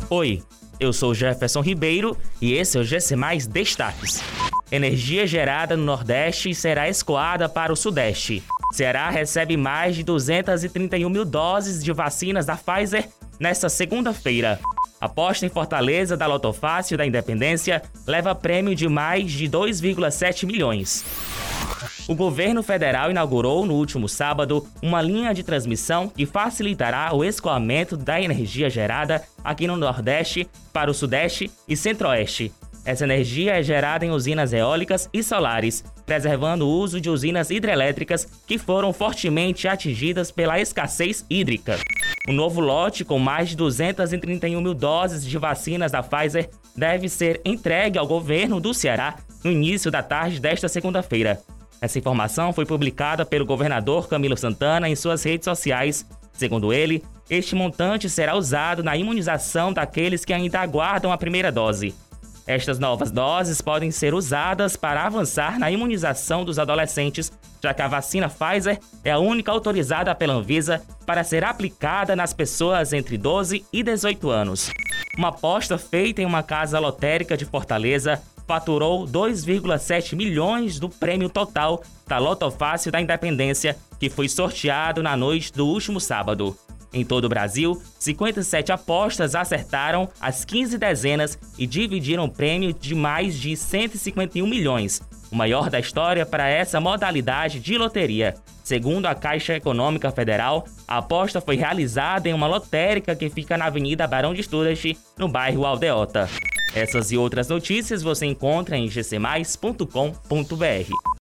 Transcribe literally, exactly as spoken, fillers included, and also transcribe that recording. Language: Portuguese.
Oi, eu sou Jefferson Ribeiro e esse é o G C Mais Destaques. Energia gerada no Nordeste será escoada para o Sudeste. Ceará recebe mais de duzentas e trinta e um mil doses de vacinas da Pfizer nesta segunda-feira. Aposta em Fortaleza da Lotofácil da Independência leva prêmio de mais de dois vírgula sete milhões. O governo federal inaugurou no último sábado uma linha de transmissão que facilitará o escoamento da energia gerada aqui no Nordeste para o Sudeste e Centro-Oeste. Essa energia é gerada em usinas eólicas e solares, preservando o uso de usinas hidrelétricas que foram fortemente atingidas pela escassez hídrica. O novo lote, com mais de duzentas e trinta e um mil doses de vacinas da Pfizer, deve ser entregue ao governo do Ceará no início da tarde desta segunda-feira. Essa informação foi publicada pelo governador Camilo Santana em suas redes sociais. Segundo ele, este montante será usado na imunização daqueles que ainda aguardam a primeira dose. Estas novas doses podem ser usadas para avançar na imunização dos adolescentes, já que a vacina Pfizer é a única autorizada pela Anvisa para ser aplicada nas pessoas entre doze e dezoito anos. Uma aposta feita em uma casa lotérica de Fortaleza faturou dois vírgula sete milhões do prêmio total da Lotofácil da Independência, que foi sorteado na noite do último sábado. Em todo o Brasil, cinquenta e sete apostas acertaram as quinze dezenas e dividiram o prêmio de mais de cento e cinquenta e um milhões, o maior da história para essa modalidade de loteria. Segundo a Caixa Econômica Federal, a aposta foi realizada em uma lotérica que fica na Avenida Barão de Studart, no bairro Aldeota. Essas e outras notícias você encontra em g c mais ponto com ponto b r.